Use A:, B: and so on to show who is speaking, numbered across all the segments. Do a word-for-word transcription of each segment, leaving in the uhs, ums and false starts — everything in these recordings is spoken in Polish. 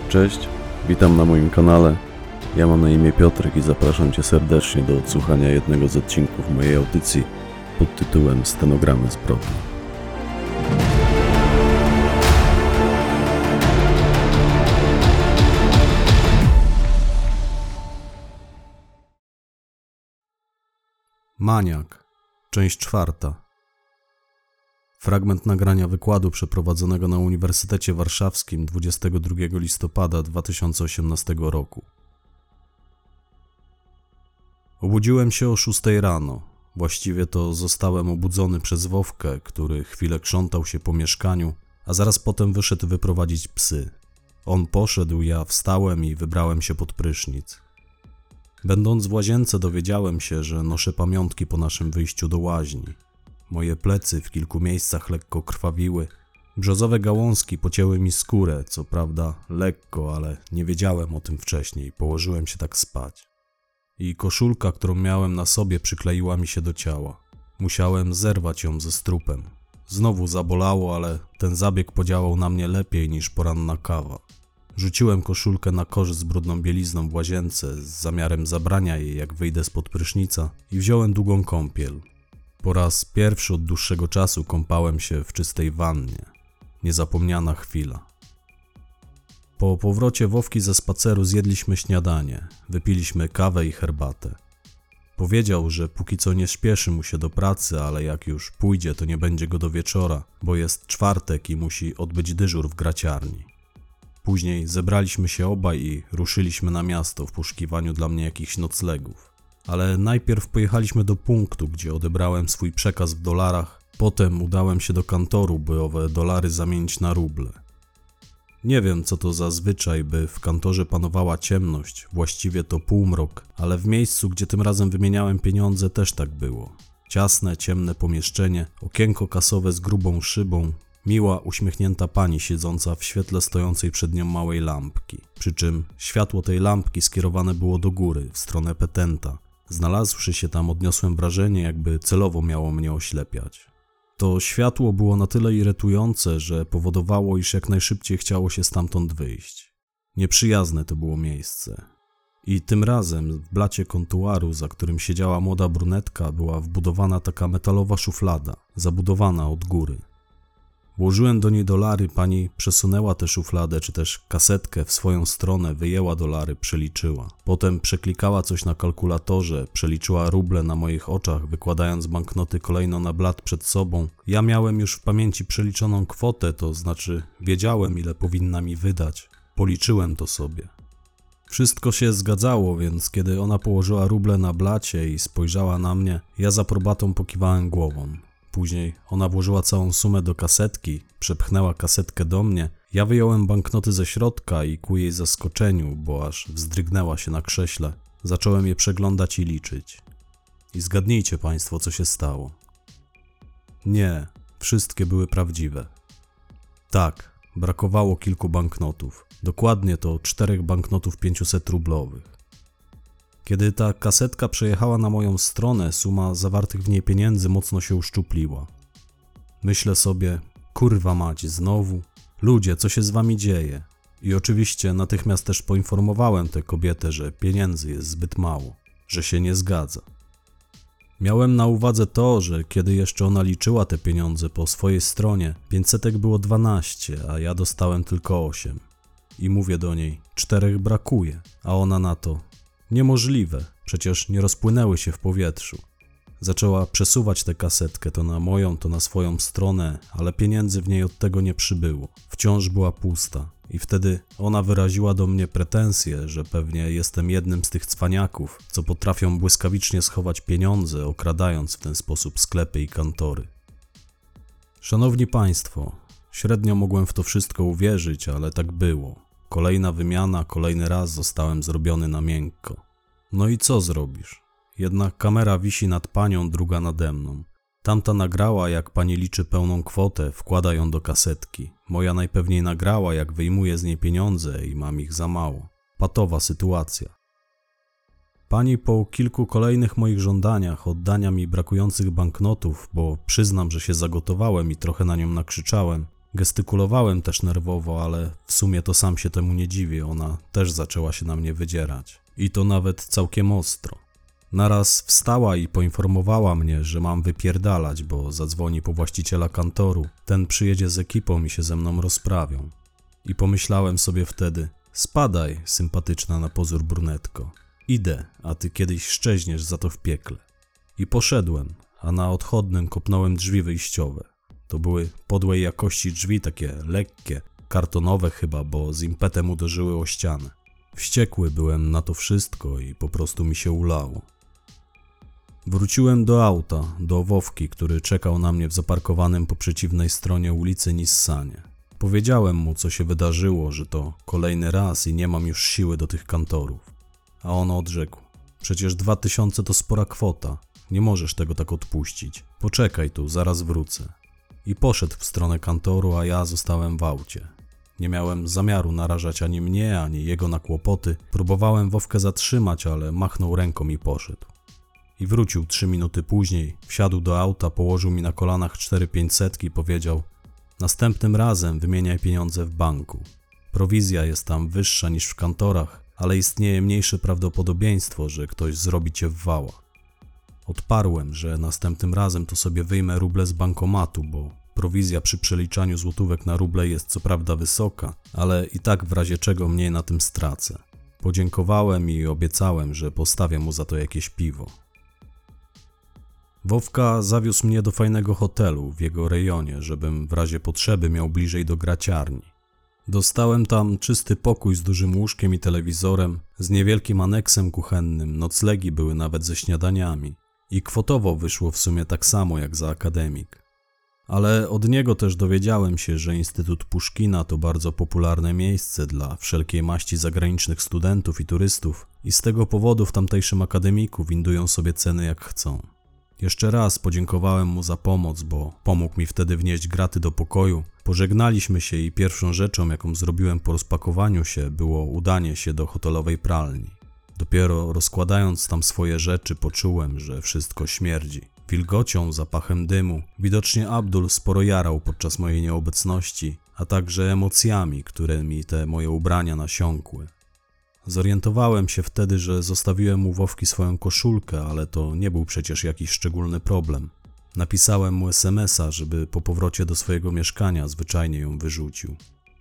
A: Cześć, witam na moim kanale. Ja mam na imię Piotrek i zapraszam Cię serdecznie do odsłuchania jednego z odcinków mojej audycji pod tytułem Stenogramy zbrodni. Maniak, część czwarta. Fragment nagrania wykładu przeprowadzonego na Uniwersytecie Warszawskim dwudziestego drugiego listopada dwa tysiące osiemnastego roku. Obudziłem się o szóstej rano. Właściwie to zostałem obudzony przez Wowkę, który chwilę krzątał się po mieszkaniu, a zaraz potem wyszedł wyprowadzić psy. On poszedł, ja wstałem i wybrałem się pod prysznic. Będąc w łazience dowiedziałem się, że noszę pamiątki po naszym wyjściu do łaźni. Moje plecy w kilku miejscach lekko krwawiły. Brzozowe gałązki pocięły mi skórę, co prawda lekko, ale nie wiedziałem o tym wcześniej. Położyłem się tak spać. I koszulka, którą miałem na sobie, przykleiła mi się do ciała. Musiałem zerwać ją ze strupem. Znowu zabolało, ale ten zabieg podziałał na mnie lepiej niż poranna kawa. Rzuciłem koszulkę na kosz z brudną bielizną w łazience z zamiarem zabrania jej, jak wyjdę spod prysznica, i wziąłem długą kąpiel. Po raz pierwszy od dłuższego czasu kąpałem się w czystej wannie. Niezapomniana chwila. Po powrocie Wowki ze spaceru zjedliśmy śniadanie, wypiliśmy kawę i herbatę. Powiedział, że póki co nie śpieszy mu się do pracy, ale jak już pójdzie, to nie będzie go do wieczora, bo jest czwartek i musi odbyć dyżur w graciarni. Później zebraliśmy się obaj i ruszyliśmy na miasto w poszukiwaniu dla mnie jakichś noclegów. Ale najpierw pojechaliśmy do punktu, gdzie odebrałem swój przekaz w dolarach, potem udałem się do kantoru, by owe dolary zamienić na ruble. Nie wiem, co to za zwyczaj, by w kantorze panowała ciemność, właściwie to półmrok, ale w miejscu, gdzie tym razem wymieniałem pieniądze, też tak było. Ciasne, ciemne pomieszczenie, okienko kasowe z grubą szybą, miła, uśmiechnięta pani siedząca w świetle stojącej przed nią małej lampki, przy czym światło tej lampki skierowane było do góry, w stronę petenta. Znalazłszy się tam, odniosłem wrażenie, jakby celowo miało mnie oślepiać. To światło było na tyle irytujące, że powodowało, iż jak najszybciej chciało się stamtąd wyjść. Nieprzyjazne to było miejsce. I tym razem w blacie kontuaru, za którym siedziała młoda brunetka, była wbudowana taka metalowa szuflada, zabudowana od góry. Włożyłem do niej dolary, pani przesunęła tę szufladę, czy też kasetkę w swoją stronę, wyjęła dolary, przeliczyła. Potem przeklikała coś na kalkulatorze, przeliczyła ruble na moich oczach, wykładając banknoty kolejno na blat przed sobą. Ja miałem już w pamięci przeliczoną kwotę, to znaczy wiedziałem, ile powinna mi wydać. Policzyłem to sobie. Wszystko się zgadzało, więc kiedy ona położyła ruble na blacie i spojrzała na mnie, ja z aprobatą pokiwałem głową. Później ona włożyła całą sumę do kasetki, przepchnęła kasetkę do mnie, ja wyjąłem banknoty ze środka i ku jej zaskoczeniu, bo aż wzdrygnęła się na krześle, zacząłem je przeglądać i liczyć. I zgadnijcie państwo, co się stało. Nie, wszystkie były prawdziwe. Tak, brakowało kilku banknotów, dokładnie to czterech banknotów pięciuset rublowych. Kiedy ta kasetka przejechała na moją stronę, suma zawartych w niej pieniędzy mocno się uszczupliła. Myślę sobie, kurwa mać, znowu? Ludzie, co się z wami dzieje? I oczywiście natychmiast też poinformowałem tę kobietę, że pieniędzy jest zbyt mało, że się nie zgadza. Miałem na uwadze to, że kiedy jeszcze ona liczyła te pieniądze po swojej stronie, pięćsetek było dwanaście, a ja dostałem tylko osiem. I mówię do niej, czterech brakuje, a ona na to, niemożliwe, przecież nie rozpłynęły się w powietrzu. Zaczęła przesuwać tę kasetkę to na moją, to na swoją stronę, ale pieniędzy w niej od tego nie przybyło. Wciąż była pusta. I wtedy ona wyraziła do mnie pretensje, że pewnie jestem jednym z tych cwaniaków, co potrafią błyskawicznie schować pieniądze, okradając w ten sposób sklepy i kantory. Szanowni Państwo, średnio mogłem w to wszystko uwierzyć, ale tak było. Kolejna wymiana, kolejny raz zostałem zrobiony na miękko. No i co zrobisz? Jedna kamera wisi nad panią, druga nade mną. Tamta nagrała, jak pani liczy pełną kwotę, wkłada ją do kasetki. Moja najpewniej nagrała, jak wyjmuje z niej pieniądze i mam ich za mało. Patowa sytuacja. Pani po kilku kolejnych moich żądaniach oddania mi brakujących banknotów, bo przyznam, że się zagotowałem i trochę na nią nakrzyczałem, Gestykulowałem też nerwowo, ale w sumie to sam się temu nie dziwię, ona też zaczęła się na mnie wydzierać. I to nawet całkiem ostro. Naraz wstała i poinformowała mnie, że mam wypierdalać, bo zadzwoni po właściciela kantoru. Ten przyjedzie z ekipą i się ze mną rozprawią. I pomyślałem sobie wtedy, spadaj, sympatyczna na pozór brunetko. Idę, a ty kiedyś szczeźniesz za to w piekle. I poszedłem, a na odchodnym kopnąłem drzwi wyjściowe. To były podłej jakości drzwi, takie lekkie, kartonowe chyba, bo z impetem uderzyły o ścianę. Wściekły byłem na to wszystko i po prostu mi się ulało. Wróciłem do auta, do Wowki, który czekał na mnie w zaparkowanym po przeciwnej stronie ulicy Nissanie. Powiedziałem mu, co się wydarzyło, że to kolejny raz i nie mam już siły do tych kantorów. A on odrzekł, przecież dwa tysiące to spora kwota, nie możesz tego tak odpuścić. Poczekaj tu, zaraz wrócę. I poszedł w stronę kantoru, a ja zostałem w aucie. Nie miałem zamiaru narażać ani mnie, ani jego na kłopoty. Próbowałem Wowkę zatrzymać, ale machnął ręką i poszedł. I wrócił trzy minuty później, wsiadł do auta, położył mi na kolanach cztery pięćsetki i powiedział: następnym razem wymieniaj pieniądze w banku. Prowizja jest tam wyższa niż w kantorach, ale istnieje mniejsze prawdopodobieństwo, że ktoś zrobi cię w wała. Odparłem, że następnym razem to sobie wyjmę ruble z bankomatu, bo prowizja przy przeliczaniu złotówek na ruble jest co prawda wysoka, ale i tak w razie czego mniej na tym stracę. Podziękowałem i obiecałem, że postawię mu za to jakieś piwo. Wowka zawiózł mnie do fajnego hotelu w jego rejonie, żebym w razie potrzeby miał bliżej do graciarni. Dostałem tam czysty pokój z dużym łóżkiem i telewizorem, z niewielkim aneksem kuchennym, noclegi były nawet ze śniadaniami. I kwotowo wyszło w sumie tak samo jak za akademik. Ale od niego też dowiedziałem się, że Instytut Puszkina to bardzo popularne miejsce dla wszelkiej maści zagranicznych studentów i turystów i z tego powodu w tamtejszym akademiku windują sobie ceny jak chcą. Jeszcze raz podziękowałem mu za pomoc, bo pomógł mi wtedy wnieść graty do pokoju. Pożegnaliśmy się i pierwszą rzeczą, jaką zrobiłem po rozpakowaniu się, było udanie się do hotelowej pralni. Dopiero rozkładając tam swoje rzeczy, poczułem, że wszystko śmierdzi. Wilgocią, zapachem dymu. Widocznie Abdul sporo jarał podczas mojej nieobecności, a także emocjami, które mi te moje ubrania nasiąkły. Zorientowałem się wtedy, że zostawiłem u Wowki swoją koszulkę, ale to nie był przecież jakiś szczególny problem. Napisałem mu es em es a, żeby po powrocie do swojego mieszkania zwyczajnie ją wyrzucił.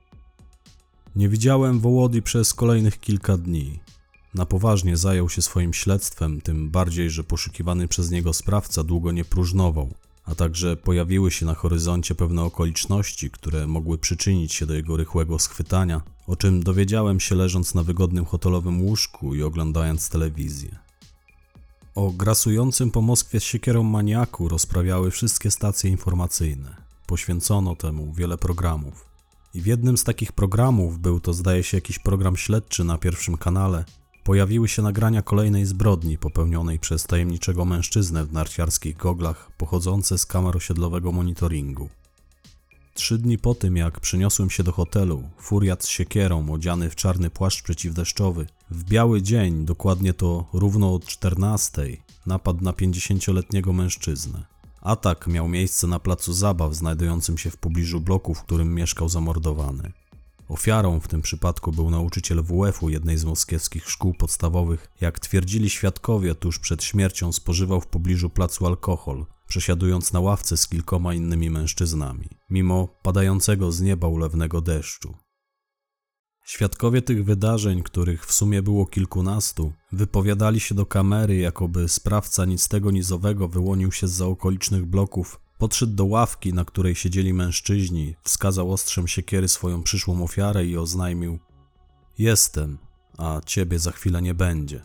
A: Nie widziałem Wołody przez kolejnych kilka dni. Na poważnie zajął się swoim śledztwem, tym bardziej, że poszukiwany przez niego sprawca długo nie próżnował, a także pojawiły się na horyzoncie pewne okoliczności, które mogły przyczynić się do jego rychłego schwytania, o czym dowiedziałem się leżąc na wygodnym hotelowym łóżku i oglądając telewizję. O grasującym po Moskwie z siekierą maniaku rozprawiały wszystkie stacje informacyjne. Poświęcono temu wiele programów. I w jednym z takich programów, był to zdaje się jakiś program śledczy na pierwszym kanale, pojawiły się nagrania kolejnej zbrodni popełnionej przez tajemniczego mężczyznę w narciarskich goglach pochodzące z kamer osiedlowego monitoringu. Trzy dni po tym, jak przeniosłem się do hotelu, furiat z siekierą, odziany w czarny płaszcz przeciwdeszczowy, w biały dzień, dokładnie to równo od czternastej, napadł na pięćdziesięcioletniego mężczyznę. Atak miał miejsce na placu zabaw znajdującym się w pobliżu bloku, w którym mieszkał zamordowany. Ofiarą w tym przypadku był nauczyciel W F-u jednej z moskiewskich szkół podstawowych. Jak twierdzili świadkowie, tuż przed śmiercią spożywał w pobliżu placu alkohol, przesiadując na ławce z kilkoma innymi mężczyznami, mimo padającego z nieba ulewnego deszczu. Świadkowie tych wydarzeń, których w sumie było kilkunastu, wypowiadali się do kamery, jakoby sprawca nic tego nizowego wyłonił się zza okolicznych bloków, podszedł do ławki, na której siedzieli mężczyźni, wskazał ostrzem siekiery swoją przyszłą ofiarę i oznajmił: jestem, a ciebie za chwilę nie będzie.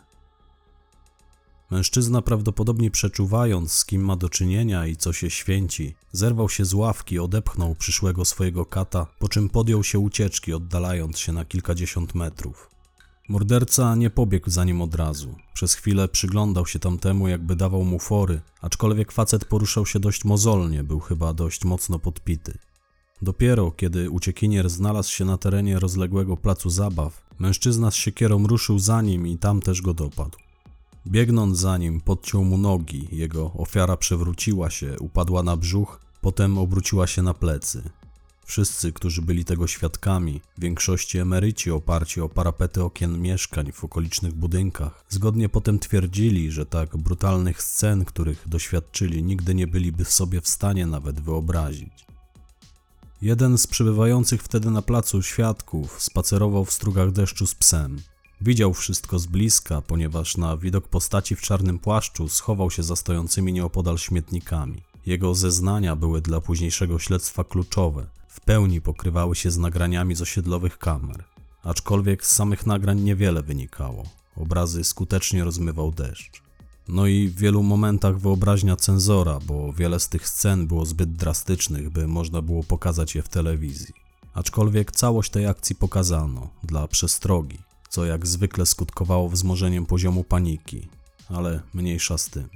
A: Mężczyzna, prawdopodobnie przeczuwając, z kim ma do czynienia i co się święci, zerwał się z ławki, odepchnął przyszłego swojego kata, po czym podjął się ucieczki, oddalając się na kilkadziesiąt metrów. Morderca nie pobiegł za nim od razu. Przez chwilę przyglądał się tamtemu, jakby dawał mu fory, aczkolwiek facet poruszał się dość mozolnie, był chyba dość mocno podpity. Dopiero kiedy uciekinier znalazł się na terenie rozległego placu zabaw, mężczyzna z siekierą ruszył za nim i tam też go dopadł. Biegnąc za nim, podciął mu nogi, jego ofiara przewróciła się, upadła na brzuch, potem obróciła się na plecy. Wszyscy, którzy byli tego świadkami, w większości emeryci oparci o parapety okien mieszkań w okolicznych budynkach, zgodnie potem twierdzili, że tak brutalnych scen, których doświadczyli, nigdy nie byliby sobie w stanie nawet wyobrazić. Jeden z przybywających wtedy na placu świadków spacerował w strugach deszczu z psem. Widział wszystko z bliska, ponieważ na widok postaci w czarnym płaszczu schował się za stojącymi nieopodal śmietnikami. Jego zeznania były dla późniejszego śledztwa kluczowe. W pełni pokrywały się z nagraniami z osiedlowych kamer. Aczkolwiek z samych nagrań niewiele wynikało. Obrazy skutecznie rozmywał deszcz. No i w wielu momentach wyobraźnia cenzora, bo wiele z tych scen było zbyt drastycznych, by można było pokazać je w telewizji. Aczkolwiek całość tej akcji pokazano, dla przestrogi, co jak zwykle skutkowało wzmożeniem poziomu paniki, ale mniejsza z tym.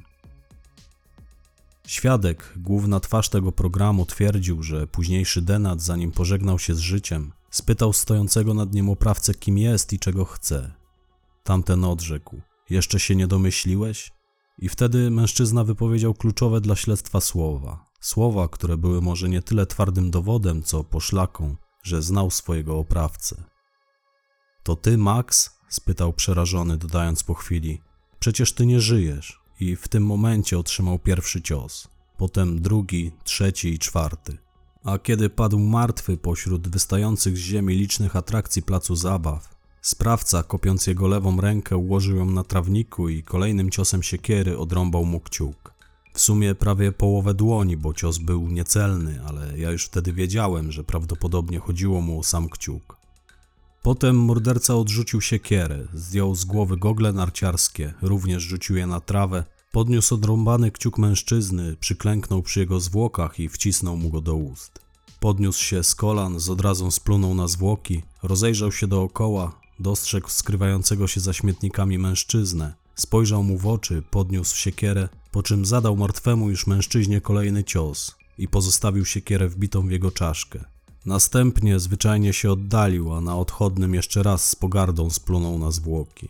A: Świadek, główna twarz tego programu, twierdził, że późniejszy Denat, zanim pożegnał się z życiem, spytał stojącego nad nim oprawcę, kim jest i czego chce. Tamten odrzekł: jeszcze się nie domyśliłeś? I wtedy mężczyzna wypowiedział kluczowe dla śledztwa słowa. Słowa, które były może nie tyle twardym dowodem, co poszlaką, że znał swojego oprawcę. To ty, Max? Spytał przerażony, dodając po chwili: przecież ty nie żyjesz. I w tym momencie otrzymał pierwszy cios, potem drugi, trzeci i czwarty. A kiedy padł martwy pośród wystających z ziemi licznych atrakcji placu zabaw, sprawca, kopiąc jego lewą rękę, ułożył ją na trawniku i kolejnym ciosem siekiery odrąbał mu kciuk. W sumie prawie połowę dłoni, bo cios był niecelny, ale ja już wtedy wiedziałem, że prawdopodobnie chodziło mu o sam kciuk. Potem morderca odrzucił siekierę, zdjął z głowy gogle narciarskie, również rzucił je na trawę, podniósł odrąbany kciuk mężczyzny, przyklęknął przy jego zwłokach i wcisnął mu go do ust. Podniósł się z kolan, z odrazą splunął na zwłoki, rozejrzał się dookoła, dostrzegł skrywającego się za śmietnikami mężczyznę, spojrzał mu w oczy, podniósł siekierę, po czym zadał martwemu już mężczyźnie kolejny cios i pozostawił siekierę wbitą w jego czaszkę. Następnie zwyczajnie się oddalił, a na odchodnym jeszcze raz z pogardą splunął na zwłoki.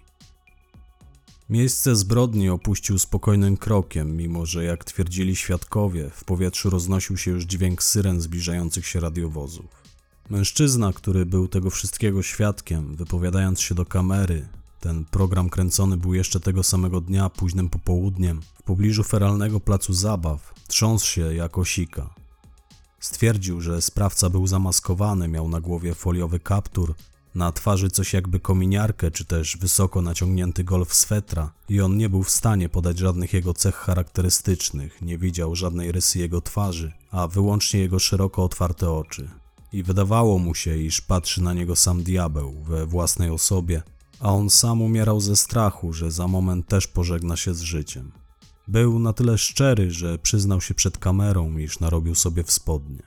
A: Miejsce zbrodni opuścił spokojnym krokiem, mimo że, jak twierdzili świadkowie, w powietrzu roznosił się już dźwięk syren zbliżających się radiowozów. Mężczyzna, który był tego wszystkiego świadkiem, wypowiadając się do kamery, ten program kręcony był jeszcze tego samego dnia, późnym popołudniem, w pobliżu feralnego placu zabaw, trząsł się jak osika. Stwierdził, że sprawca był zamaskowany, miał na głowie foliowy kaptur, na twarzy coś jakby kominiarkę, czy też wysoko naciągnięty golf swetra i on nie był w stanie podać żadnych jego cech charakterystycznych, nie widział żadnej rysy jego twarzy, a wyłącznie jego szeroko otwarte oczy. I wydawało mu się, iż patrzy na niego sam diabeł we własnej osobie, a on sam umierał ze strachu, że za moment też pożegna się z życiem. Był na tyle szczery, że przyznał się przed kamerą, iż narobił sobie w spodnie.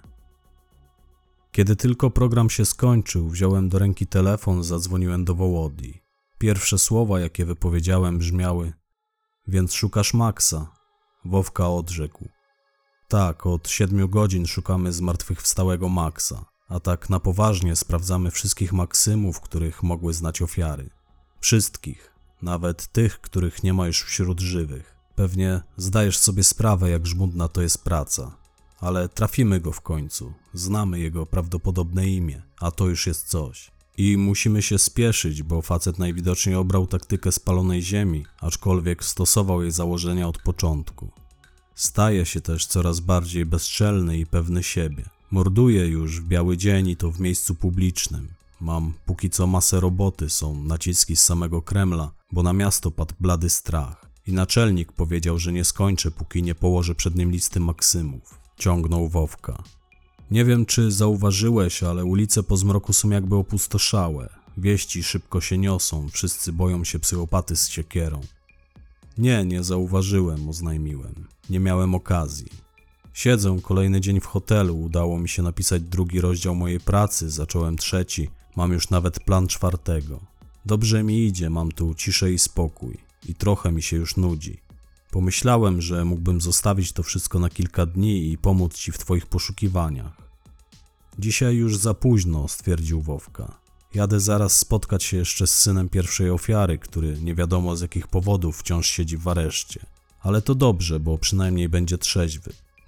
A: Kiedy tylko program się skończył, wziąłem do ręki telefon, zadzwoniłem do Wołodii. Pierwsze słowa, jakie wypowiedziałem, brzmiały: więc szukasz Maxa? Wowka odrzekł: tak, od siedmiu godzin szukamy zmartwychwstałego Maxa, a tak na poważnie sprawdzamy wszystkich Maksymów, których mogły znać ofiary. Wszystkich, nawet tych, których nie ma już wśród żywych. Pewnie zdajesz sobie sprawę, jak żmudna to jest praca, ale trafimy go w końcu, znamy jego prawdopodobne imię, a to już jest coś. I musimy się spieszyć, bo facet najwidoczniej obrał taktykę spalonej ziemi, aczkolwiek stosował jej założenia od początku. Staje się też coraz bardziej bezczelny i pewny siebie. Morduje już w biały dzień i to w miejscu publicznym. Mam póki co masę roboty, są naciski z samego Kremla, bo na miasto padł blady strach. I naczelnik powiedział, że nie skończę, póki nie położę przed nim listy Maksymów. Ciągnął Wowka. Nie wiem, czy zauważyłeś, ale ulice po zmroku są jakby opustoszałe. Wieści szybko się niosą, wszyscy boją się psychopaty z siekierą. Nie, nie zauważyłem, oznajmiłem. Nie miałem okazji. Siedzę kolejny dzień w hotelu, udało mi się napisać drugi rozdział mojej pracy, zacząłem trzeci, mam już nawet plan czwartego. Dobrze mi idzie, mam tu ciszę i spokój. I trochę mi się już nudzi. Pomyślałem, że mógłbym zostawić to wszystko na kilka dni i pomóc ci w twoich poszukiwaniach. Dzisiaj już za późno, stwierdził Wowka. Jadę zaraz spotkać się jeszcze z synem pierwszej ofiary, który nie wiadomo z jakich powodów wciąż siedzi w areszcie. Ale to dobrze, bo przynajmniej będzie trzeźwy.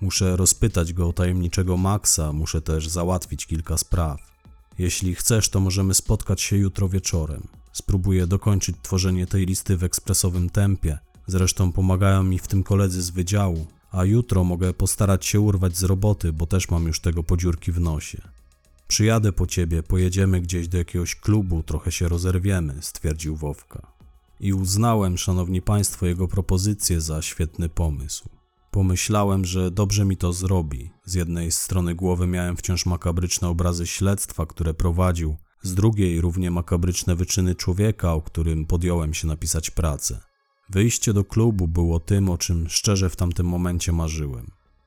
A: Muszę rozpytać go o tajemniczego Maxa, muszę też załatwić kilka spraw. Jeśli chcesz, to możemy spotkać się jutro wieczorem. Spróbuję dokończyć tworzenie tej listy w ekspresowym tempie. Zresztą pomagają mi w tym koledzy z wydziału, a jutro mogę postarać się urwać z roboty, bo też mam już tego po dziurki w nosie. Przyjadę po ciebie, pojedziemy gdzieś do jakiegoś klubu, trochę się rozerwiemy, stwierdził Wowka. I uznałem, szanowni państwo, jego propozycję za świetny pomysł. Pomyślałem, że dobrze mi to zrobi. Z jednej strony głowy miałem wciąż makabryczne obrazy śledztwa, które prowadził, z drugiej równie makabryczne wyczyny człowieka, o którym podjąłem się napisać pracę. Wyjście do klubu było tym, o czym szczerze w tamtym momencie marzyłem.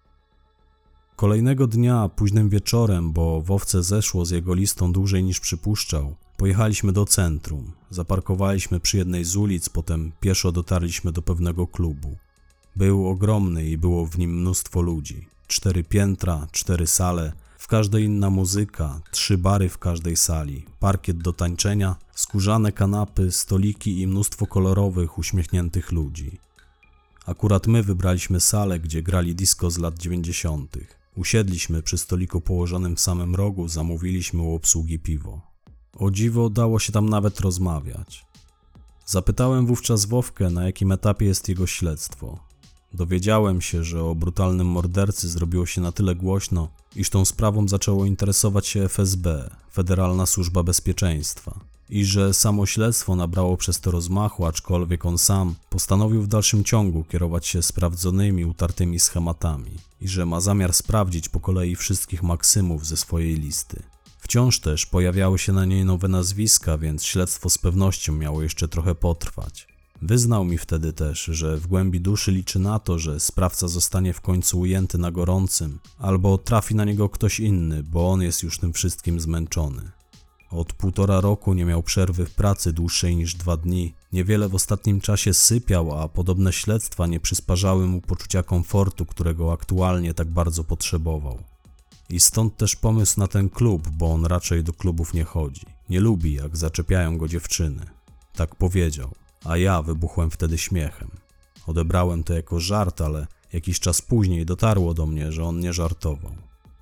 A: Kolejnego dnia, późnym wieczorem, bo Wowce zeszło z jego listą dłużej niż przypuszczał, pojechaliśmy do centrum. Zaparkowaliśmy przy jednej z ulic, potem pieszo dotarliśmy do pewnego klubu. Był ogromny i było w nim mnóstwo ludzi. Cztery piętra, cztery sale, w każdej inna muzyka, trzy bary w każdej sali, parkiet do tańczenia, skórzane kanapy, stoliki i mnóstwo kolorowych, uśmiechniętych ludzi. Akurat my wybraliśmy salę, gdzie grali disco z lat dziewięćdziesiątych. Usiedliśmy przy stoliku położonym w samym rogu, zamówiliśmy u obsługi piwo. O dziwo dało się tam nawet rozmawiać. Zapytałem wówczas Wowkę, na jakim etapie jest jego śledztwo. Dowiedziałem się, że o brutalnym mordercy zrobiło się na tyle głośno, iż tą sprawą zaczęło interesować się F S B, Federalna Służba Bezpieczeństwa, i że samo śledztwo nabrało przez to rozmachu, aczkolwiek on sam postanowił w dalszym ciągu kierować się sprawdzonymi, utartymi schematami i że ma zamiar sprawdzić po kolei wszystkich maksymów ze swojej listy. Wciąż też pojawiały się na niej nowe nazwiska, więc śledztwo z pewnością miało jeszcze trochę potrwać. Wyznał mi wtedy też, że w głębi duszy liczy na to, że sprawca zostanie w końcu ujęty na gorącym, albo trafi na niego ktoś inny, bo on jest już tym wszystkim zmęczony. Od półtora roku nie miał przerwy w pracy dłuższej niż dwa dni, niewiele w ostatnim czasie sypiał, a podobne śledztwa nie przysparzały mu poczucia komfortu, którego aktualnie tak bardzo potrzebował. I stąd też pomysł na ten klub, bo on raczej do klubów nie chodzi. Nie lubi, jak zaczepiają go dziewczyny. Tak powiedział. A ja wybuchłem wtedy śmiechem. Odebrałem to jako żart, ale jakiś czas później dotarło do mnie, że on nie żartował.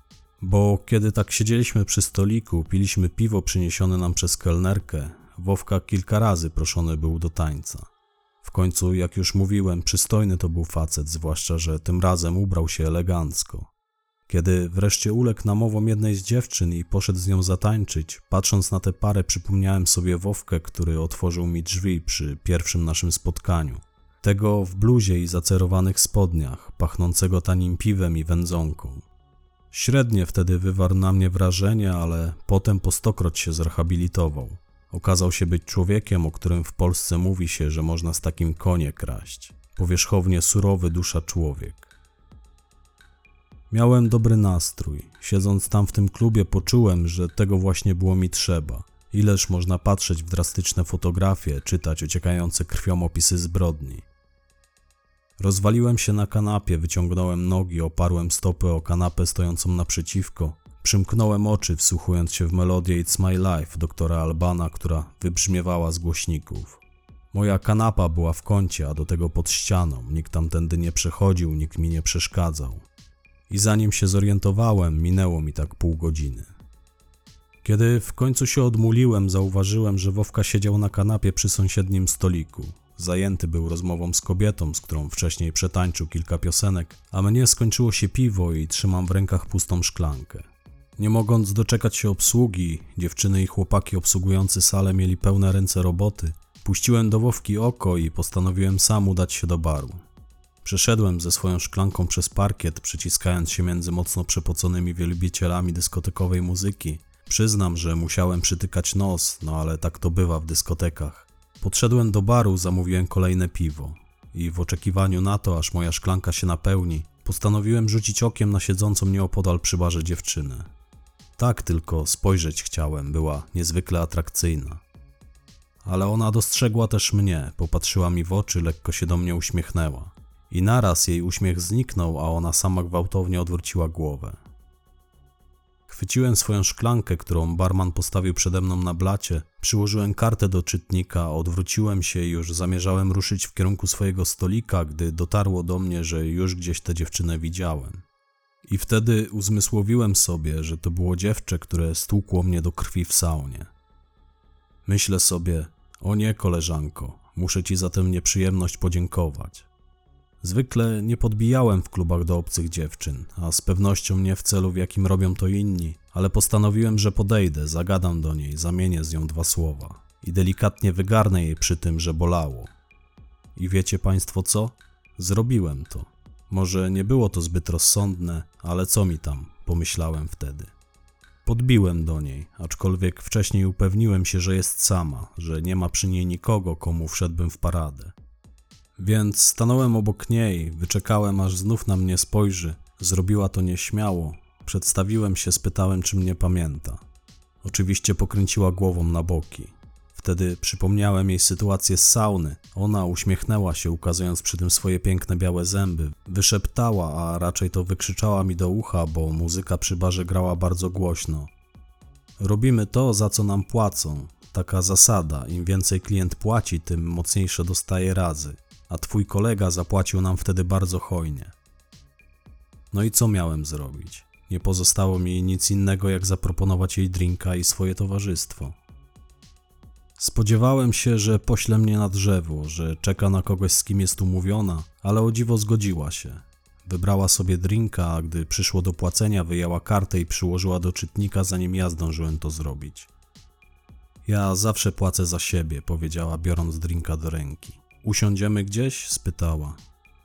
A: Bo kiedy tak siedzieliśmy przy stoliku, piliśmy piwo przyniesione nam przez kelnerkę, Wowka kilka razy proszony był do tańca. W końcu, jak już mówiłem, przystojny to był facet, zwłaszcza że tym razem ubrał się elegancko. Kiedy wreszcie uległ namowom jednej z dziewczyn i poszedł z nią zatańczyć, patrząc na tę parę, przypomniałem sobie Wowkę, który otworzył mi drzwi przy pierwszym naszym spotkaniu. Tego w bluzie i zacerowanych spodniach, pachnącego tanim piwem i wędzonką. Średnie wtedy wywarł na mnie wrażenie, ale potem po stokroć się zrehabilitował. Okazał się być człowiekiem, o którym w Polsce mówi się, że można z takim konie kraść. Powierzchownie surowy dusza człowiek. Miałem dobry nastrój. Siedząc tam w tym klubie poczułem, że tego właśnie było mi trzeba. Ileż można patrzeć w drastyczne fotografie, czytać ociekające krwią opisy zbrodni. Rozwaliłem się na kanapie, wyciągnąłem nogi, oparłem stopy o kanapę stojącą naprzeciwko. Przymknąłem oczy, wsłuchując się w melodię It's My Life doktora Albana, która wybrzmiewała z głośników. Moja kanapa była w kącie, a do tego pod ścianą. Nikt tamtędy nie przechodził, nikt mi nie przeszkadzał. I zanim się zorientowałem, minęło mi tak pół godziny. Kiedy w końcu się odmuliłem, zauważyłem, że Wowka siedział na kanapie przy sąsiednim stoliku. Zajęty był rozmową z kobietą, z którą wcześniej przetańczył kilka piosenek, a mnie skończyło się piwo i trzymam w rękach pustą szklankę. Nie mogąc doczekać się obsługi, dziewczyny i chłopaki obsługujący salę mieli pełne ręce roboty, puściłem do Wowki oko i postanowiłem sam udać się do baru. Przeszedłem ze swoją szklanką przez parkiet, przyciskając się między mocno przepoconymi wielbicielami dyskotekowej muzyki. Przyznam, że musiałem przytykać nos, no ale tak to bywa w dyskotekach. Podszedłem do baru, zamówiłem kolejne piwo i w oczekiwaniu na to, aż moja szklanka się napełni, postanowiłem rzucić okiem na siedzącą nieopodal przy barze dziewczynę. Tak tylko spojrzeć chciałem, była niezwykle atrakcyjna. Ale ona dostrzegła też mnie, popatrzyła mi w oczy, lekko się do mnie uśmiechnęła. I naraz jej uśmiech zniknął, a ona sama gwałtownie odwróciła głowę. Chwyciłem swoją szklankę, którą barman postawił przede mną na blacie, przyłożyłem kartę do czytnika, odwróciłem się i już zamierzałem ruszyć w kierunku swojego stolika, gdy dotarło do mnie, że już gdzieś tę dziewczynę widziałem. I wtedy uzmysłowiłem sobie, że to było dziewczę, które stłukło mnie do krwi w saunie. Myślę sobie, o nie, koleżanko, muszę ci za tę nieprzyjemność podziękować. Zwykle nie podbijałem w klubach do obcych dziewczyn, a z pewnością nie w celu, w jakim robią to inni, ale postanowiłem, że podejdę, zagadam do niej, zamienię z nią dwa słowa i delikatnie wygarnę jej przy tym, że bolało. I wiecie państwo co? Zrobiłem to. Może nie było to zbyt rozsądne, ale co mi tam, pomyślałem wtedy. Podbiłem do niej, aczkolwiek wcześniej upewniłem się, że jest sama, że nie ma przy niej nikogo, komu wszedłbym w paradę. Więc stanąłem obok niej, wyczekałem, aż znów na mnie spojrzy. Zrobiła to nieśmiało. Przedstawiłem się, spytałem, czy mnie pamięta. Oczywiście pokręciła głową na boki. Wtedy przypomniałem jej sytuację z sauny. Ona uśmiechnęła się, ukazując przy tym swoje piękne białe zęby. Wyszeptała, a raczej to wykrzyczała mi do ucha, bo muzyka przy barze grała bardzo głośno. Robimy to, za co nam płacą. Taka zasada, im więcej klient płaci, tym mocniejsze dostaje razy. A twój kolega zapłacił nam wtedy bardzo hojnie. No i co miałem zrobić? Nie pozostało mi nic innego, jak zaproponować jej drinka i swoje towarzystwo. Spodziewałem się, że pośle mnie na drzewo, że czeka na kogoś, z kim jest umówiona, ale o dziwo zgodziła się. Wybrała sobie drinka, a gdy przyszło do płacenia, wyjęła kartę i przyłożyła do czytnika, zanim ja zdążyłem to zrobić. Ja zawsze płacę za siebie, powiedziała, biorąc drinka do ręki. Usiądziemy gdzieś? Spytała.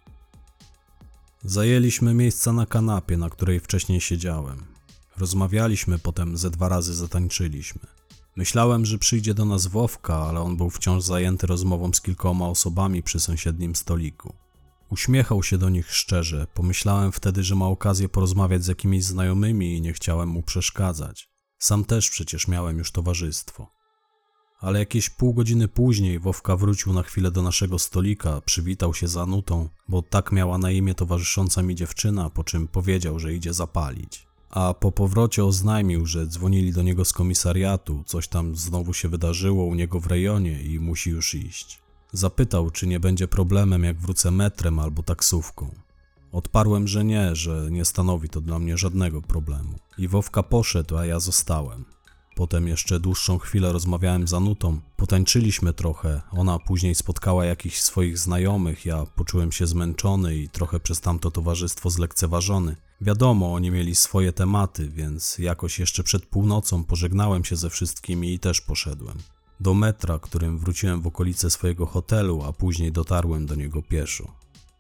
A: Zajęliśmy miejsca na kanapie, na której wcześniej siedziałem. Rozmawialiśmy, potem ze dwa razy zatańczyliśmy. Myślałem, że przyjdzie do nas Wowka, ale on był wciąż zajęty rozmową z kilkoma osobami przy sąsiednim stoliku. Uśmiechał się do nich szczerze, pomyślałem wtedy, że ma okazję porozmawiać z jakimiś znajomymi i nie chciałem mu przeszkadzać. Sam też przecież miałem już towarzystwo. Ale jakieś pół godziny później Wowka wrócił na chwilę do naszego stolika, przywitał się z Anutą, bo tak miała na imię towarzysząca mi dziewczyna, po czym powiedział, że idzie zapalić. A po powrocie oznajmił, że dzwonili do niego z komisariatu, coś tam znowu się wydarzyło u niego w rejonie i musi już iść. Zapytał, czy nie będzie problemem, jak wrócę metrem albo taksówką. Odparłem, że nie, że nie stanowi to dla mnie żadnego problemu. I Wowka poszedł, a ja zostałem. Potem jeszcze dłuższą chwilę rozmawiałem z Anutą, potańczyliśmy trochę, ona później spotkała jakichś swoich znajomych, ja poczułem się zmęczony i trochę przez tamto towarzystwo zlekceważony. Wiadomo, oni mieli swoje tematy, więc jakoś jeszcze przed północą pożegnałem się ze wszystkimi i też poszedłem. Do metra, którym wróciłem w okolice swojego hotelu, a później dotarłem do niego pieszo.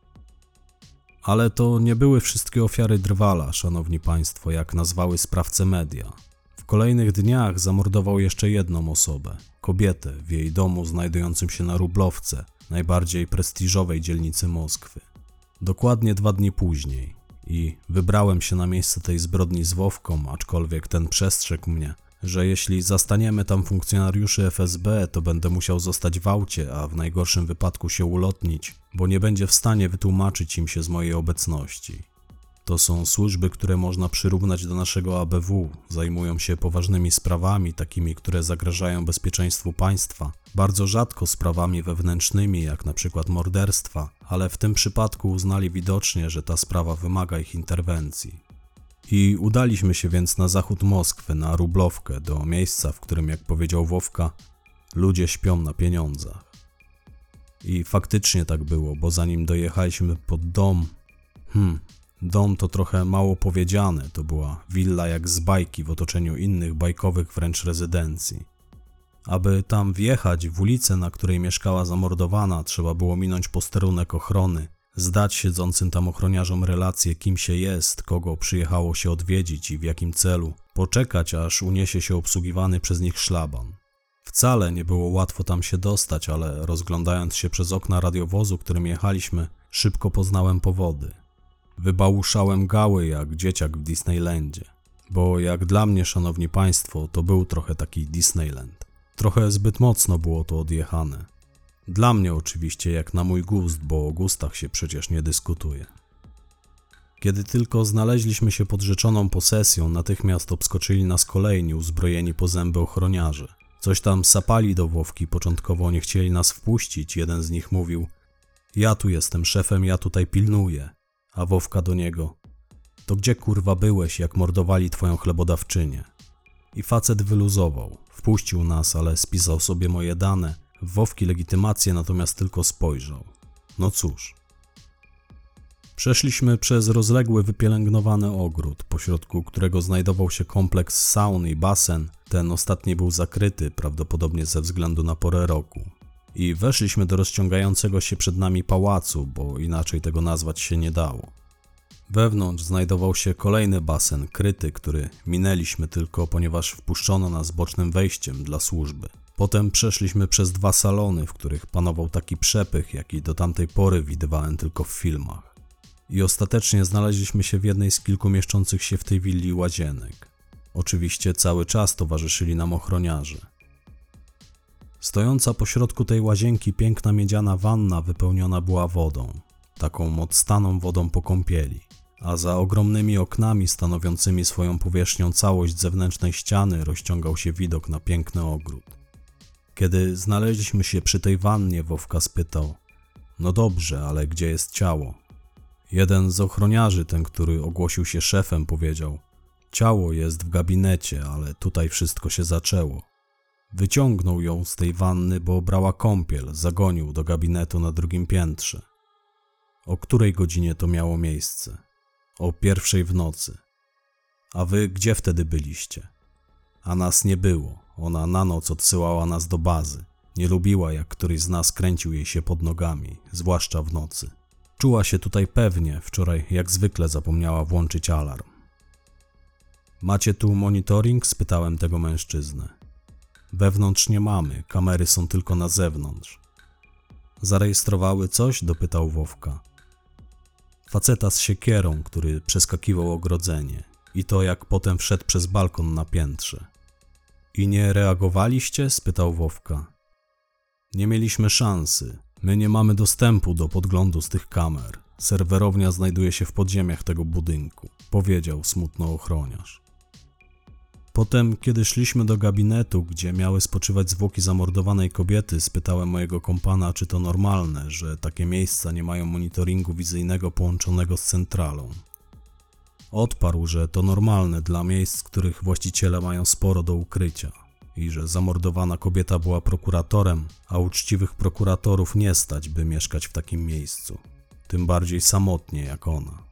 A: Ale to nie były wszystkie ofiary Drwala, szanowni państwo, jak nazwały sprawcę media. W kolejnych dniach zamordował jeszcze jedną osobę, kobietę w jej domu znajdującym się na Rublowce, najbardziej prestiżowej dzielnicy Moskwy. Dokładnie dwa dni później i wybrałem się na miejsce tej zbrodni z Wowką, aczkolwiek ten przestrzegł mnie, że jeśli zastaniemy tam funkcjonariuszy F S B, to będę musiał zostać w aucie, a w najgorszym wypadku się ulotnić, bo nie będzie w stanie wytłumaczyć im się z mojej obecności. To są służby, które można przyrównać do naszego A B W, zajmują się poważnymi sprawami, takimi, które zagrażają bezpieczeństwu państwa, bardzo rzadko sprawami wewnętrznymi, jak na przykład morderstwa, ale w tym przypadku uznali widocznie, że ta sprawa wymaga ich interwencji. I udaliśmy się więc na zachód Moskwy, na Rublowkę, do miejsca, w którym, jak powiedział Wowka, ludzie śpią na pieniądzach. I faktycznie tak było, bo zanim dojechaliśmy pod dom, hmm, dom to trochę mało powiedziane, to była willa jak z bajki w otoczeniu innych bajkowych wręcz rezydencji. Aby tam wjechać w ulicę, na której mieszkała zamordowana, trzeba było minąć posterunek ochrony, zdać siedzącym tam ochroniarzom relację, kim się jest, kogo przyjechało się odwiedzić i w jakim celu, poczekać, aż uniesie się obsługiwany przez nich szlaban. Wcale nie było łatwo tam się dostać, ale rozglądając się przez okna radiowozu, którym jechaliśmy, szybko poznałem powody. Wybałuszałem gały jak dzieciak w Disneylandzie, bo jak dla mnie, szanowni państwo, to był trochę taki Disneyland. Trochę zbyt mocno było to odjechane. Dla mnie oczywiście, jak na mój gust, bo o gustach się przecież nie dyskutuje. Kiedy tylko znaleźliśmy się pod rzeczoną posesją, natychmiast obskoczyli nas kolejni uzbrojeni po zęby ochroniarze. Coś tam sapali do Wowki, początkowo nie chcieli nas wpuścić, jeden z nich mówił: ja tu jestem szefem, ja tutaj pilnuję. A Wowka do niego: to gdzie kurwa byłeś, jak mordowali twoją chlebodawczynię? I facet wyluzował. Wpuścił nas, ale spisał sobie moje dane. W Wowki legitymację natomiast tylko spojrzał. No cóż. Przeszliśmy przez rozległy, wypielęgnowany ogród, pośrodku którego znajdował się kompleks saun i basen. Ten ostatni był zakryty, prawdopodobnie ze względu na porę roku. I weszliśmy do rozciągającego się przed nami pałacu, bo inaczej tego nazwać się nie dało. Wewnątrz znajdował się kolejny basen kryty, który minęliśmy tylko, ponieważ wpuszczono nas bocznym wejściem dla służby. Potem przeszliśmy przez dwa salony, w których panował taki przepych, jaki do tamtej pory widywałem tylko w filmach. I ostatecznie znaleźliśmy się w jednej z kilku mieszczących się w tej willi łazienek. Oczywiście cały czas towarzyszyli nam ochroniarze. Stojąca pośrodku tej łazienki piękna miedziana wanna wypełniona była wodą, taką odstaną wodą po kąpieli, a za ogromnymi oknami stanowiącymi swoją powierzchnią całość zewnętrznej ściany rozciągał się widok na piękny ogród. Kiedy znaleźliśmy się przy tej wannie, Wowka spytał: no dobrze, ale gdzie jest ciało? Jeden z ochroniarzy, ten, który ogłosił się szefem, powiedział: ciało jest w gabinecie, ale tutaj wszystko się zaczęło. Wyciągnął ją z tej wanny, bo brała kąpiel, zagonił do gabinetu na drugim piętrze. O której godzinie to miało miejsce? O pierwszej w nocy. A wy gdzie wtedy byliście? A nas nie było. Ona na noc odsyłała nas do bazy. Nie lubiła, jak któryś z nas kręcił jej się pod nogami, zwłaszcza w nocy. Czuła się tutaj pewnie, wczoraj jak zwykle zapomniała włączyć alarm. Macie tu monitoring? Spytałem tego mężczyznę. Wewnątrz nie mamy, kamery są tylko na zewnątrz. Zarejestrowały coś? Dopytał Wowka. Faceta z siekierą, który przeskakiwał ogrodzenie. I to jak potem wszedł przez balkon na piętrze. I nie reagowaliście? Spytał Wowka. Nie mieliśmy szansy. My nie mamy dostępu do podglądu z tych kamer. Serwerownia znajduje się w podziemiach tego budynku, powiedział smutno ochroniarz. Potem, kiedy szliśmy do gabinetu, gdzie miały spoczywać zwłoki zamordowanej kobiety, spytałem mojego kompana, czy to normalne, że takie miejsca nie mają monitoringu wizyjnego połączonego z centralą. Odparł, że to normalne dla miejsc, których właściciele mają sporo do ukrycia i że zamordowana kobieta była prokuratorem, a uczciwych prokuratorów nie stać, by mieszkać w takim miejscu, tym bardziej samotnie jak ona.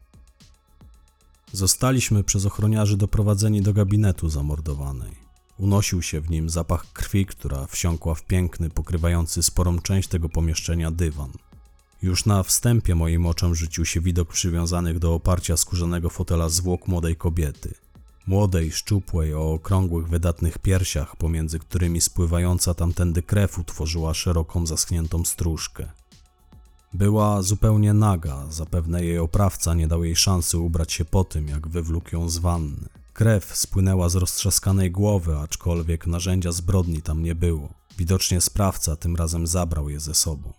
A: Zostaliśmy przez ochroniarzy doprowadzeni do gabinetu zamordowanej. Unosił się w nim zapach krwi, która wsiąkła w piękny, pokrywający sporą część tego pomieszczenia dywan. Już na wstępie moim oczom rzucił się widok przywiązanych do oparcia skórzanego fotela zwłok młodej kobiety. Młodej, szczupłej, o okrągłych, wydatnych piersiach, pomiędzy którymi spływająca tamtędy krew utworzyła szeroką, zaschniętą stróżkę. Była zupełnie naga, zapewne jej oprawca nie dał jej szansy ubrać się po tym, jak wywlókł ją z wanny. Krew spłynęła z roztrzaskanej głowy, aczkolwiek narzędzia zbrodni tam nie było. Widocznie sprawca tym razem zabrał je ze sobą.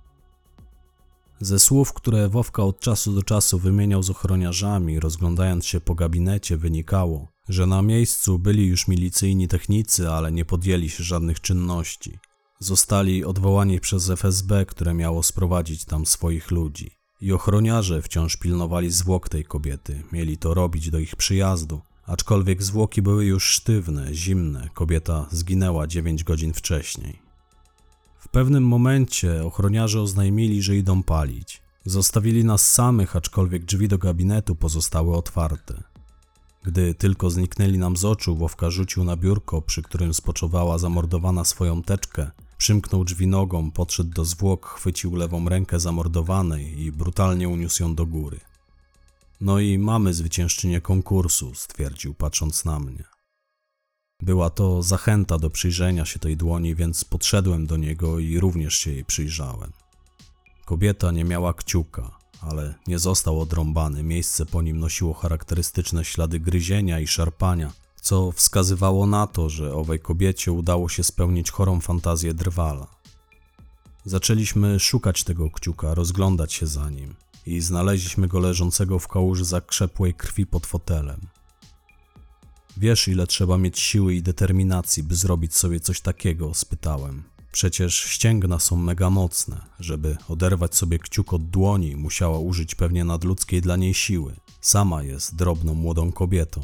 A: Ze słów, które Wowka od czasu do czasu wymieniał z ochroniarzami, rozglądając się po gabinecie, wynikało, że na miejscu byli już milicyjni technicy, ale nie podjęli się żadnych czynności. Zostali odwołani przez F S B, które miało sprowadzić tam swoich ludzi. I ochroniarze wciąż pilnowali zwłok tej kobiety, mieli to robić do ich przyjazdu, aczkolwiek zwłoki były już sztywne, zimne, kobieta zginęła dziewięć godzin wcześniej. W pewnym momencie ochroniarze oznajmili, że idą palić. Zostawili nas samych, aczkolwiek drzwi do gabinetu pozostały otwarte. Gdy tylko zniknęli nam z oczu, Wowka rzucił na biurko, przy którym spoczywała zamordowana, swoją teczkę, przymknął drzwi nogą, podszedł do zwłok, chwycił lewą rękę zamordowanej i brutalnie uniósł ją do góry. No i mamy zwyciężczynię konkursu, stwierdził, patrząc na mnie. Była to zachęta do przyjrzenia się tej dłoni, więc podszedłem do niego i również się jej przyjrzałem. Kobieta nie miała kciuka, ale nie został odrąbany, miejsce po nim nosiło charakterystyczne ślady gryzienia i szarpania, co wskazywało na to, że owej kobiecie udało się spełnić chorą fantazję drwala. Zaczęliśmy szukać tego kciuka, rozglądać się za nim i znaleźliśmy go leżącego w kałuży zakrzepłej krwi pod fotelem. Wiesz, ile trzeba mieć siły i determinacji, by zrobić sobie coś takiego? Spytałem. Przecież ścięgna są mega mocne. Żeby oderwać sobie kciuk od dłoni, musiała użyć pewnie nadludzkiej dla niej siły. Sama jest drobną młodą kobietą.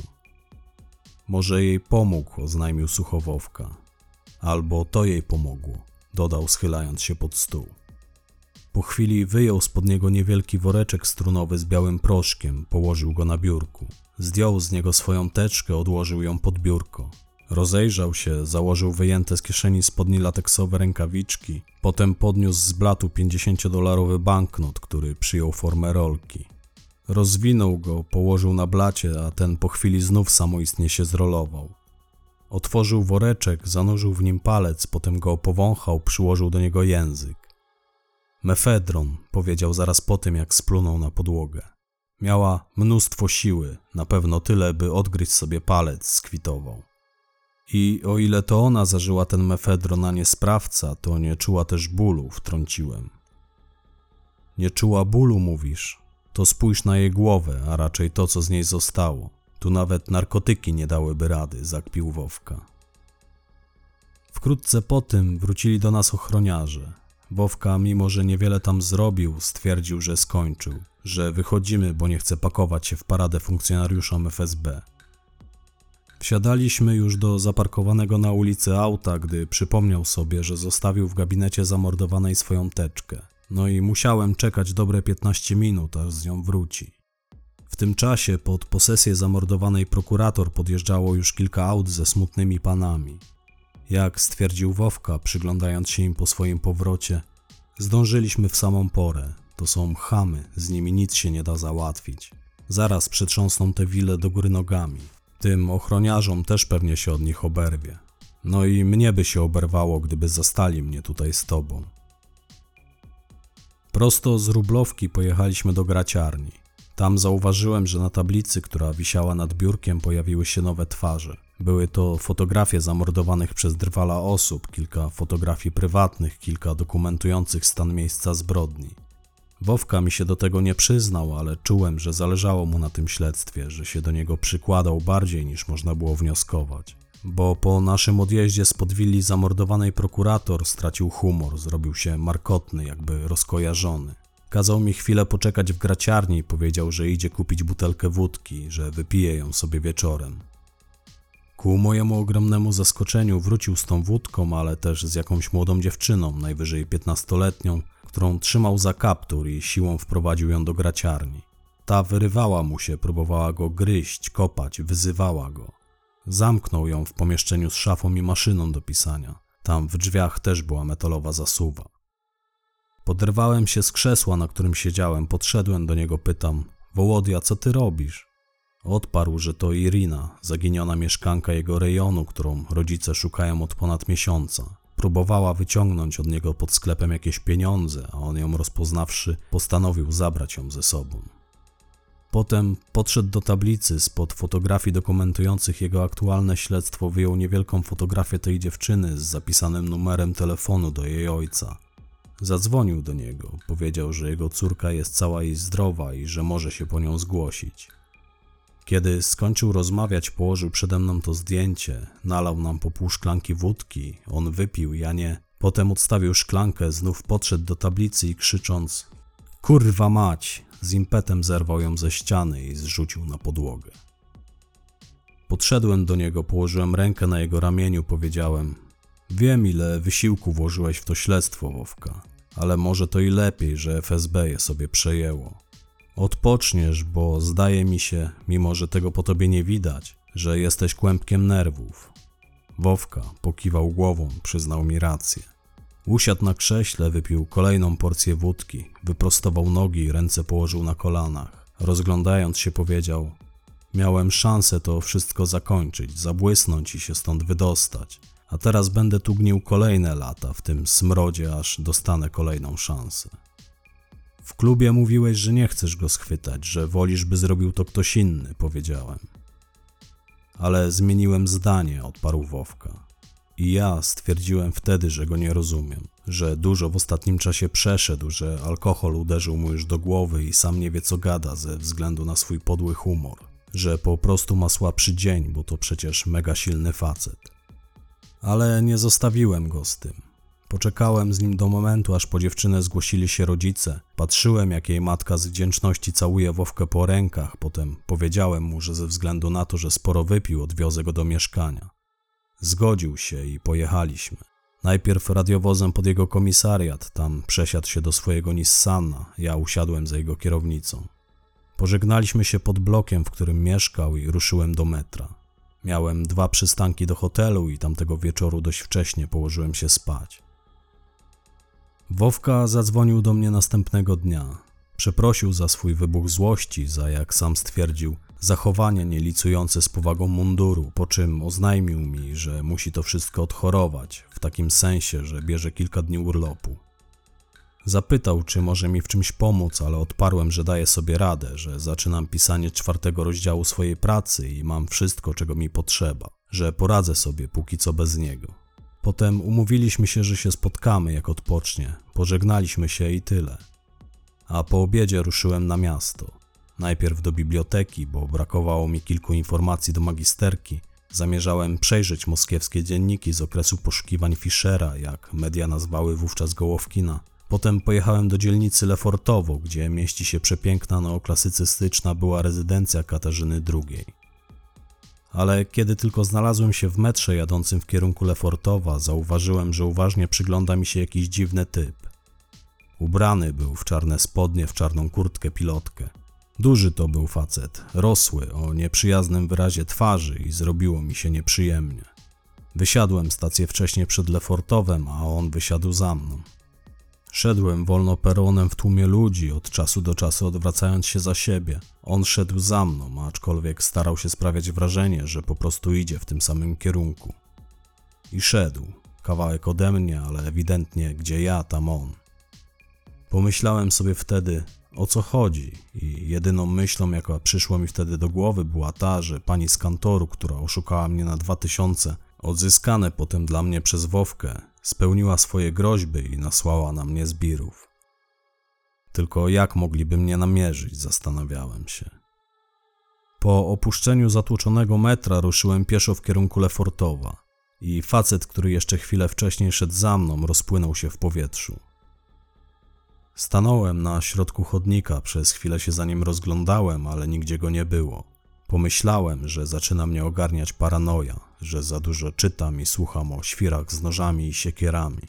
A: Może jej pomógł, oznajmił sucho Wowka. Albo to jej pomogło, dodał, schylając się pod stół. Po chwili wyjął spod niego niewielki woreczek strunowy z białym proszkiem, położył go na biurku. Zdjął z niego swoją teczkę, odłożył ją pod biurko. Rozejrzał się, założył wyjęte z kieszeni spodni lateksowe rękawiczki, potem podniósł z blatu pięćdziesięciodolarowy banknot, który przyjął formę rolki. Rozwinął go, położył na blacie, a ten po chwili znów samoistnie się zrolował. Otworzył woreczek, zanurzył w nim palec, potem go powąchał, przyłożył do niego język. Mefedron, powiedział zaraz po tym, jak splunął na podłogę. Miała mnóstwo siły, na pewno tyle, by odgryźć sobie palec, skwitował. I o ile to ona zażyła ten mefedron, a nie sprawca, to nie czuła też bólu, wtrąciłem. Nie czuła bólu, mówisz? To spójrz na jej głowę, a raczej to, co z niej zostało. Tu nawet narkotyki nie dałyby rady, zakpił Wowka. Wkrótce po tym wrócili do nas ochroniarze. Wowka, mimo że niewiele tam zrobił, stwierdził, że skończył, że wychodzimy, bo nie chce pakować się w paradę funkcjonariuszom F S B. Wsiadaliśmy już do zaparkowanego na ulicy auta, gdy przypomniał sobie, że zostawił w gabinecie zamordowanej swoją teczkę. No i musiałem czekać dobre piętnaście minut, aż z nią wróci. W tym czasie pod posesję zamordowanej prokurator podjeżdżało już kilka aut ze smutnymi panami. Jak stwierdził Wowka, przyglądając się im po swoim powrocie, zdążyliśmy w samą porę. To są chamy, z nimi nic się nie da załatwić. Zaraz przetrząsną te wile do góry nogami. Tym ochroniarzom też pewnie się od nich oberwie. No i mnie by się oberwało, gdyby zastali mnie tutaj z tobą. Prosto z Rublówki pojechaliśmy do graciarni. Tam zauważyłem, że na tablicy, która wisiała nad biurkiem, pojawiły się nowe twarze. Były to fotografie zamordowanych przez Drwala osób, kilka fotografii prywatnych, kilka dokumentujących stan miejsca zbrodni. Wowka mi się do tego nie przyznał, ale czułem, że zależało mu na tym śledztwie, że się do niego przykładał bardziej niż można było wnioskować. Bo po naszym odjeździe spod willi zamordowanej prokurator stracił humor, zrobił się markotny, jakby rozkojarzony. Kazał mi chwilę poczekać w graciarni i powiedział, że idzie kupić butelkę wódki, że wypije ją sobie wieczorem. Ku mojemu ogromnemu zaskoczeniu wrócił z tą wódką, ale też z jakąś młodą dziewczyną, najwyżej piętnastoletnią, którą trzymał za kaptur i siłą wprowadził ją do graciarni. Ta wyrywała mu się, próbowała go gryźć, kopać, wyzywała go. Zamknął ją w pomieszczeniu z szafą i maszyną do pisania. Tam w drzwiach też była metalowa zasuwa. Poderwałem się z krzesła, na którym siedziałem, podszedłem do niego, pytam: Wołodia, co ty robisz? Odparł, że to Irina, zaginiona mieszkanka jego rejonu, którą rodzice szukają od ponad miesiąca. Próbowała wyciągnąć od niego pod sklepem jakieś pieniądze, a on ją rozpoznawszy, postanowił zabrać ją ze sobą. Potem podszedł do tablicy, spod fotografii dokumentujących jego aktualne śledztwo wyjął niewielką fotografię tej dziewczyny z zapisanym numerem telefonu do jej ojca. Zadzwonił do niego, powiedział, że jego córka jest cała i zdrowa i że może się po nią zgłosić. Kiedy skończył rozmawiać, położył przede mną to zdjęcie, nalał nam po pół szklanki wódki, on wypił, ja nie. Potem odstawił szklankę, znów podszedł do tablicy i krzycząc: Kurwa mać! Z impetem zerwał ją ze ściany i zrzucił na podłogę. Podszedłem do niego, położyłem rękę na jego ramieniu, powiedziałem: Wiem, ile wysiłku włożyłeś w to śledztwo, Wowka, ale może to i lepiej, że F S B je sobie przejęło. Odpoczniesz, bo zdaje mi się, mimo że tego po tobie nie widać, że jesteś kłębkiem nerwów. Wowka pokiwał głową, przyznał mi rację. Usiadł na krześle, wypił kolejną porcję wódki, wyprostował nogi i ręce położył na kolanach. Rozglądając się powiedział: Miałem szansę to wszystko zakończyć, zabłysnąć i się stąd wydostać, a teraz będę tu gnił kolejne lata w tym smrodzie, aż dostanę kolejną szansę. W klubie mówiłeś, że nie chcesz go schwytać, że wolisz, by zrobił to ktoś inny, powiedziałem. Ale zmieniłem zdanie, odparł Wowka. I ja stwierdziłem wtedy, że go nie rozumiem, że dużo w ostatnim czasie przeszedł, że alkohol uderzył mu już do głowy i sam nie wie, co gada ze względu na swój podły humor, że po prostu ma słabszy dzień, bo to przecież mega silny facet. Ale nie zostawiłem go z tym. Poczekałem z nim do momentu, aż po dziewczynę zgłosili się rodzice. Patrzyłem, jak jej matka z wdzięczności całuje Wowkę po rękach. Potem powiedziałem mu, że ze względu na to, że sporo wypił, odwiozę go do mieszkania. Zgodził się i pojechaliśmy. Najpierw radiowozem pod jego komisariat, tam przesiadł się do swojego Nissana, ja usiadłem za jego kierownicą. Pożegnaliśmy się pod blokiem, w którym mieszkał i ruszyłem do metra. Miałem dwa przystanki do hotelu i tamtego wieczoru dość wcześnie położyłem się spać. Wowka zadzwonił do mnie następnego dnia. Przeprosił za swój wybuch złości, za, jak sam stwierdził, zachowanie nielicujące z powagą munduru, po czym oznajmił mi, że musi to wszystko odchorować, w takim sensie, że bierze kilka dni urlopu. Zapytał, czy może mi w czymś pomóc, ale odparłem, że daję sobie radę, że zaczynam pisanie czwartego rozdziału swojej pracy i mam wszystko, czego mi potrzeba, że poradzę sobie póki co bez niego. Potem umówiliśmy się, że się spotkamy, jak odpocznie, pożegnaliśmy się i tyle. A po obiedzie ruszyłem na miasto. Najpierw do biblioteki, bo brakowało mi kilku informacji do magisterki. Zamierzałem przejrzeć moskiewskie dzienniki z okresu poszukiwań Fischera, jak media nazwały wówczas Gołowkina. Potem pojechałem do dzielnicy Lefortowo, gdzie mieści się przepiękna neoklasycystyczna była rezydencja Katarzyny drugiej. Ale kiedy tylko znalazłem się w metrze jadącym w kierunku Lefortowa, zauważyłem, że uważnie przygląda mi się jakiś dziwny typ. Ubrany był w czarne spodnie, w czarną kurtkę pilotkę. Duży to był facet, rosły, o nieprzyjaznym wyrazie twarzy i zrobiło mi się nieprzyjemnie. Wysiadłem stację wcześniej przed Lefortowem, a on wysiadł za mną. Szedłem wolno peronem w tłumie ludzi, od czasu do czasu odwracając się za siebie. On szedł za mną, aczkolwiek starał się sprawiać wrażenie, że po prostu idzie w tym samym kierunku. I szedł, kawałek ode mnie, ale ewidentnie gdzie ja, tam on. Pomyślałem sobie wtedy, o co chodzi, i jedyną myślą, jaka przyszła mi wtedy do głowy, była ta, że pani z kantoru, która oszukała mnie na dwa tysiące, odzyskane potem dla mnie przez Wowkę, spełniła swoje groźby i nasłała na mnie zbirów. Tylko jak mogliby mnie namierzyć, zastanawiałem się. Po opuszczeniu zatłoczonego metra ruszyłem pieszo w kierunku Lefortowa i facet, który jeszcze chwilę wcześniej szedł za mną, rozpłynął się w powietrzu. Stanąłem na środku chodnika, przez chwilę się za nim rozglądałem, ale nigdzie go nie było. Pomyślałem, że zaczyna mnie ogarniać paranoja, że za dużo czytam i słucham o świrach z nożami i siekierami.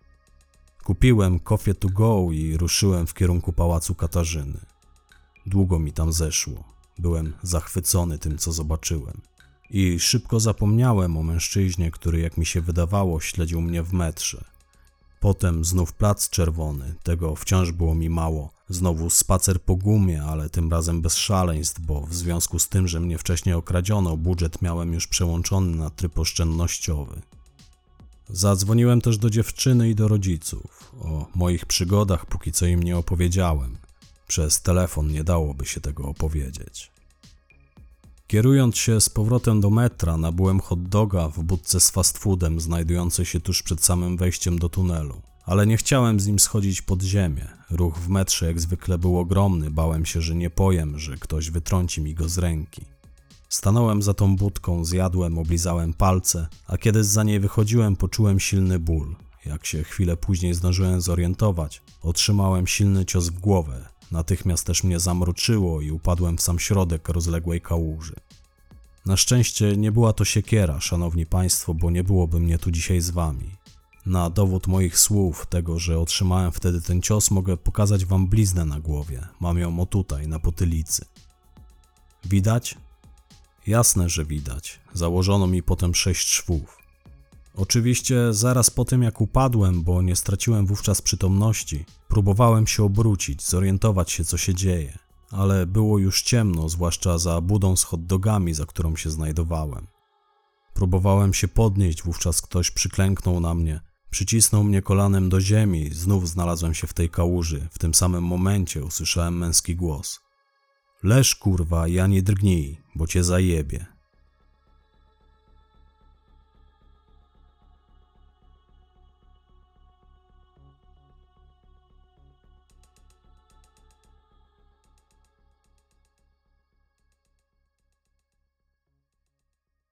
A: Kupiłem coffee to go i ruszyłem w kierunku pałacu Katarzyny. Długo mi tam zeszło. Byłem zachwycony tym, co zobaczyłem. I szybko zapomniałem o mężczyźnie, który, jak mi się wydawało, śledził mnie w metrze. Potem znów plac Czerwony, tego wciąż było mi mało. Znowu spacer po gumie, ale tym razem bez szaleństw, bo w związku z tym, że mnie wcześniej okradziono, budżet miałem już przełączony na tryb oszczędnościowy. Zadzwoniłem też do dziewczyny i do rodziców. O moich przygodach póki co im nie opowiedziałem. Przez telefon nie dałoby się tego opowiedzieć. Kierując się z powrotem do metra, nabyłem hot doga w budce z fast foodem znajdującej się tuż przed samym wejściem do tunelu. Ale nie chciałem z nim schodzić pod ziemię. Ruch w metrze jak zwykle był ogromny, bałem się, że nie pojem, że ktoś wytrąci mi go z ręki. Stanąłem za tą budką, zjadłem, oblizałem palce, a kiedy zza niej wychodziłem, poczułem silny ból. Jak się chwilę później zdążyłem zorientować, otrzymałem silny cios w głowę. Natychmiast też mnie zamroczyło i upadłem w sam środek rozległej kałuży. Na szczęście nie była to siekiera, szanowni państwo, bo nie byłoby mnie tu dzisiaj z wami. Na dowód moich słów, tego, że otrzymałem wtedy ten cios, mogę pokazać wam bliznę na głowie. Mam ją o tutaj, na potylicy. Widać? Jasne, że widać. Założono mi potem sześć szwów. Oczywiście zaraz po tym, jak upadłem, bo nie straciłem wówczas przytomności, próbowałem się obrócić, zorientować się, co się dzieje. Ale było już ciemno, zwłaszcza za budą z hot dogami, za którą się znajdowałem. Próbowałem się podnieść, wówczas ktoś przyklęknął na mnie, przycisnął mnie kolanem do ziemi, znów znalazłem się w tej kałuży. W tym samym momencie usłyszałem męski głos. Leż kurwa, ja nie drgnij, bo cię zajebie.